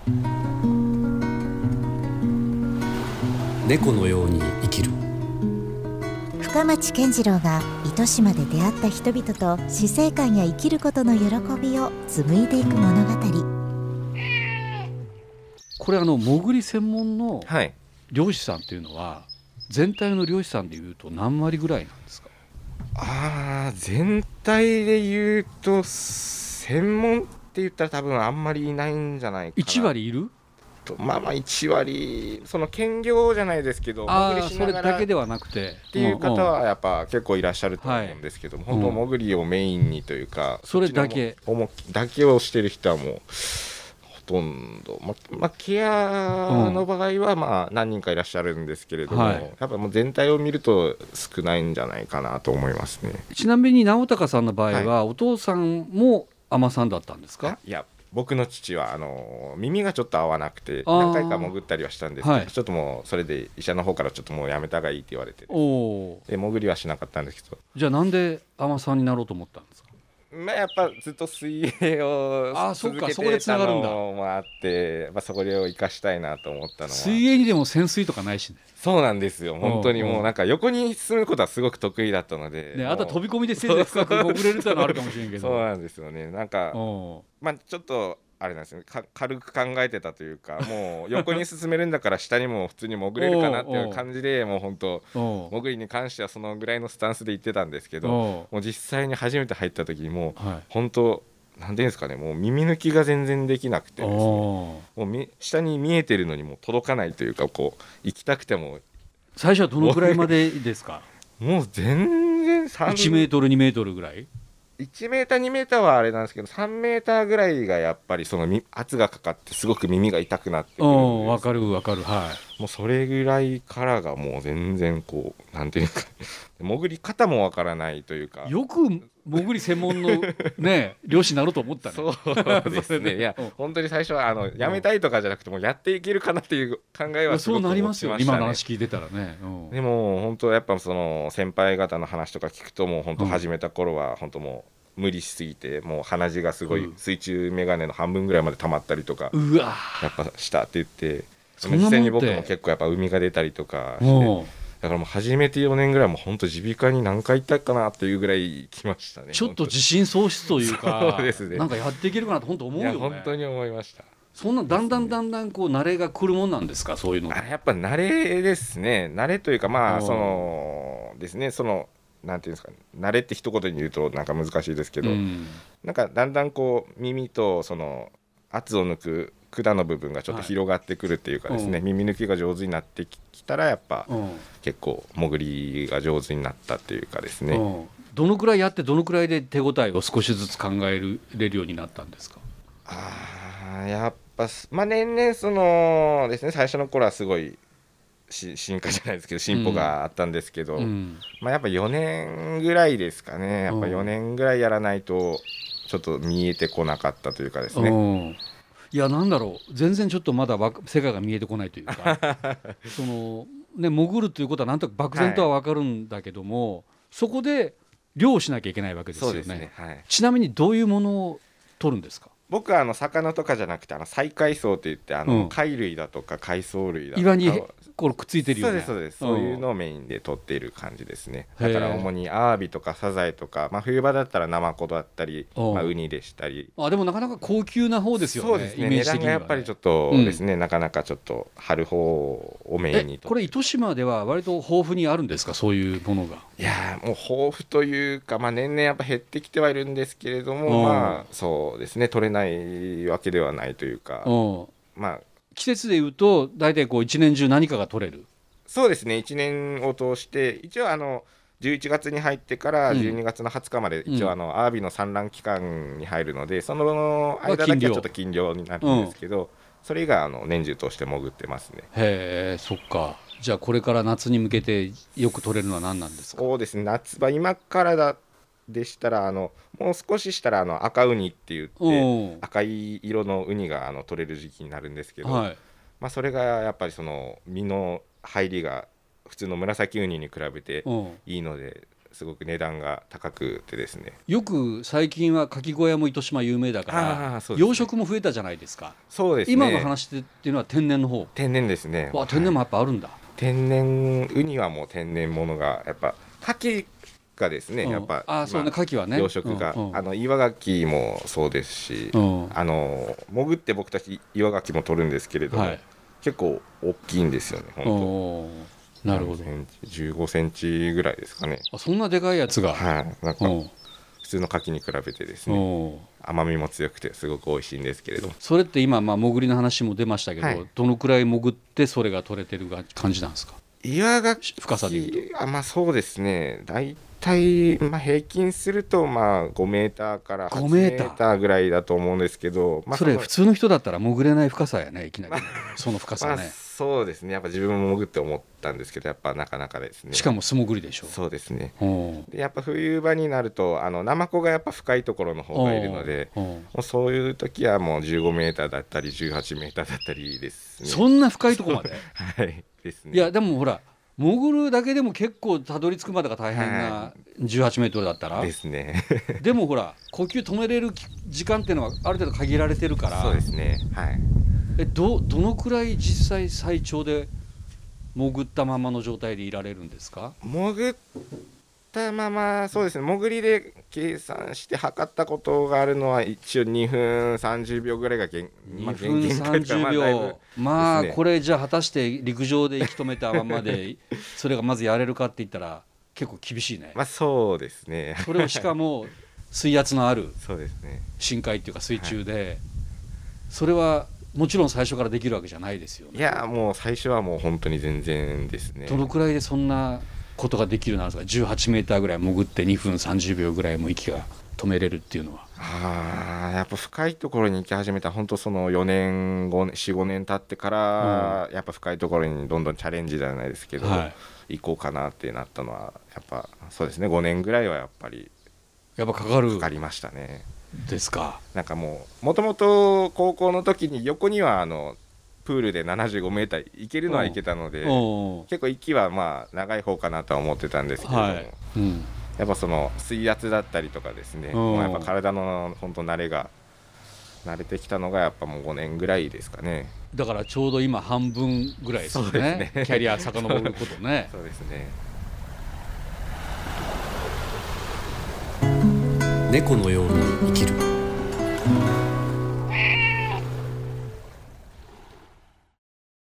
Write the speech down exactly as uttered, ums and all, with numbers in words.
猫のように生きる。 深町健次郎が糸島で出会った人々と死生観や生きることの喜びを紡いでいく物語。 これあの潜り専門のはい漁師さんっていうのは全体の漁師さんでいうと何割ぐらいなんですか？ あー全体で言うと専門って言ったら多分あんまりいないんじゃないかな。 いち割いる？ とまあまあいち割、その兼業じゃないですけどあ潜りしながらそれだけではなくてっていう方はやっぱ結構いらっしゃると思うんですけども、 はい本当潜りをメインにというか、 それだけ重きだけをしてる人はもうほとんど、ままあ、ケアの場合はまあ何人かいらっしゃるんですけれども、 はいやっぱもう全体を見ると少ないんじゃないかなと思いますね。 ちなみに直隆さんの場合は、 はお父さんも海女さんだったんですか？ いや僕の父はあの耳がちょっと合わなくてあー何回か潜ったりはしたんですけど、 はいちょっともうそれで医者の方からちょっともうやめた方がいいって言われて、 おお。 で潜りはしなかったんですけど、 じゃあなんで海女さんになろうと思ったんですか？ まあ、やっぱずっと水泳をあーそっか続けそこでてたつながるんだのもあって、まあ、そこを生かしたいなと思ったのは水泳にでも潜水とかないしね。 そうなんですよ。本当にうんうもうんなんか横に進むことはすごく得意だったので、 ね、 もうあとは飛び込みでせいぜい深く潜れるってのはあるかもしれんけど。 そうなんですよね。なんかおまあちょっとあれなんですよね、か軽く考えてたというか、もう横に進めるんだから下にも普通に潜れるかなっていう感じで、もう本当お潜りに関してはそのぐらいのスタンスで言ってたんですけど、 おもう実際に初めて入った時にもうはい本当なんていうんですかね、もう耳抜きが全然できなくてですね、 おもうみ下に見えてるのにもう届かないというか、こう行きたくても最初はどのくらいまでですか？ もう全然さんいちメートルにメートルぐらい？ いちメーターにメーターはあれなんですけど、さんメーターぐらいがやっぱりそのみ圧がかかってすごく耳が痛くなってくるんおです。 わかるわかる。はもうそれぐらいからがもう全然こうなんていうか潜り方もわからないというか、 い。よく潜り専門のね漁師になろうと思ったね。 そうですそれでね。いやうん本当に最初はあのやめたいとかじゃなくてもうやっていけるかなっていう考えはすそうごく持ちまなりますよ、 したね。 今の話聞いてたらね。うんでも本当やっぱその先輩方の話とか聞くと、もう本当始めた頃は本当もう無理しすぎて、もう鼻血がすごいうん水中メガネの半分ぐらいまで溜まったりとかうわやっぱしたって言って、 そんなもんって実際に僕も結構やっぱ海が出たりとかして、 もだからもう始めてよねんぐらいもう本当耳鼻科に何回行ったかなっていうぐらい来ましたね。 うちょっと自信喪失というかそうですねなんかやっていけるかなと本当思ういよね。 や本当に思いました。 そんなだんだんだんだんこう慣れが来るもんなんですか、そういうのが。 あやっぱ慣れですね。慣れというかまおーあそのですね、そのなんていうんですかね、慣れって一言に言うとなんか難しいですけど、 うんなんかだんだんこう耳とその圧を抜く管の部分がちょっと広がってくるっていうかですね、 はいうん耳抜きが上手になってきたらやっぱうん結構潜りが上手になったっていうかですね、 うんどのくらいやってどのくらいで手応えを少しずつ考えれるようになったんですか？ あーやっぱすまあ年々そのですね、最初の頃はすごいし進化じゃないですけど進歩があったんですけど、 うんまあやっぱよねんぐらいですかね。やっぱよねんぐらいやらないとちょっと見えてこなかったというかですね、 うんいやなんだろう、全然ちょっとまだわか世界が見えてこないというかその、ね、潜るということはなんとなく漠然とは分かるんだけども、そこで漁をしなきゃいけないわけですよね。 そうですね、はい、 ちなみにどういうものを取るんですか？ 僕はあの魚とかじゃなくてあの細海藻って言ってあの、 うん貝類だとか海藻類だとか岩にこれくっついてるよね。 そうですそうです、 んそういうのをメインで取っている感じですね。 へーだから主にアワビとかサザエとか、まあ、冬場だったらナマコだったり、 うんまあ、ウニでしたり。 あでもなかなか高級な方ですよね。 そうですね、値段イメージ的にはねがやっぱりちょっとですね、なかなかちょっと張る方をメインにと。 えこれ糸島では割と豊富にあるんですか、そういうものが？ いやーもう豊富というか、まあ、年々やっぱ減ってきてはいるんですけれども、 うんまあそうですね、取れないわけではないというか、 うんまあ季節でいうと大体こう一年中何かが取れる。 そうですね、いちねんを通して一応あのじゅういちがつに入ってからじゅうにがつのはつかまで一応あのアワビの産卵期間に入るので、その間だけはちょっと禁漁になるんですけど、それ以外あの年中通して潜ってますね。 へえ、そっか。じゃあこれから夏に向けてよく取れるのは何なんですか？ そうですね、夏場今からだでしたらあのもう少ししたらあの赤ウニって言って赤い色のウニがあの取れる時期になるんですけど、 はいまあ、それがやっぱりその身の入りが普通の紫ウニに比べていいので、 すごく値段が高くてですね。 よく最近はかき小屋も糸島有名だから、 そうですね、 養殖も増えたじゃないですか。 そうですね、 今の話でっていうのは天然の方。 天然ですね。 わ天然もやっぱあるんだ、はい、 天然ウニはもう天然物がやっぱ牡蠣がですね、うん、やっぱあそうね、牡蠣はね養殖が、うんうん、あの岩牡蠣もそうですし、うん、あの潜って僕たち岩牡蠣も取るんですけれども、はい、結構大きいんですよね本当。なるほど。 じゅうごセンチぐらいですかね。 あそんなでかいやつが、 はい、なんか普通の牡蠣に比べてですね甘みも強くてすごく美味しいんですけれども。 それって今、まあ、潜りの話も出ましたけど、はい、どのくらい潜ってそれが取れてる感じなんですか。 岩牡蠣深さでいうと。 あ、まあ、そうですね、大体、まあ、平均するとまあごメーターからはちメーターぐらいだと思うんですけど、まあ、 それ普通の人だったら潜れない深さやね、いきなり、まあ、その深さね、 まあ、そうですね、やっぱ自分も潜って思ったんですけど、やっぱなかなかですね。 しかも素潜りでしょ。 そうですね。でやっぱ冬場になるとあのナマコがやっぱ深いところの方がいるので、もうそういう時はもうじゅうごメーターだったりじゅうはちメーターだったりですね。 そんな深いところまではいですね。 いやでもほら潜るだけでも結構たどり着くまでが大変なじゅうはちメートルだったらですねでもほら呼吸止めれる時間っていうのはある程度限られてるから。 そうですね、はい、 え ど, どのくらい実際最長で潜ったままの状態でいられるんですか。 潜ったまま、そうですね、潜りで計算して測ったことがあるのは一応にふんさんじゅうびょうぐらいが限界、 にふんさんじゅうびょう、まあこれじゃあ果たして陸上で息止めたままでそれがまずやれるかって言ったら結構厳しいね。 まあそうですね。 それをしかも水圧のあるそうですね、 深海っていうか水中で、それはもちろん最初からできるわけじゃないですよね。 いやもう最初はもう本当に全然ですね。 どのくらいでそんなことができるなんですか。じゅうはちメーターぐらい潜ってにふんさんじゅうびょうぐらいも息が止めれるっていうのは。 あやっぱ深いところに行き始めた本当そのよねんごねんよん、ごねん経ってから、うん、やっぱ深いところにどんどんチャレンジじゃないですけど、はい、行こうかなってなったのはやっぱそうですね、ごねんぐらいはやっぱりやっぱかかるかかりましたね。 ですか。 なんかもうもともと高校の時に横にはあのプールでななじゅうごメーター行けるのは行けたので、結構息はまあ長い方かなとは思ってたんですけれども、はいうん、やっぱその水圧だったりとかですね、もうやっぱ体の本当慣れが慣れてきたのがやっぱもうごねんぐらいですかね。 だからちょうど今半分ぐらいですよ ね, ですねキャリア遡ることね。 そうですね。 猫のように生きる。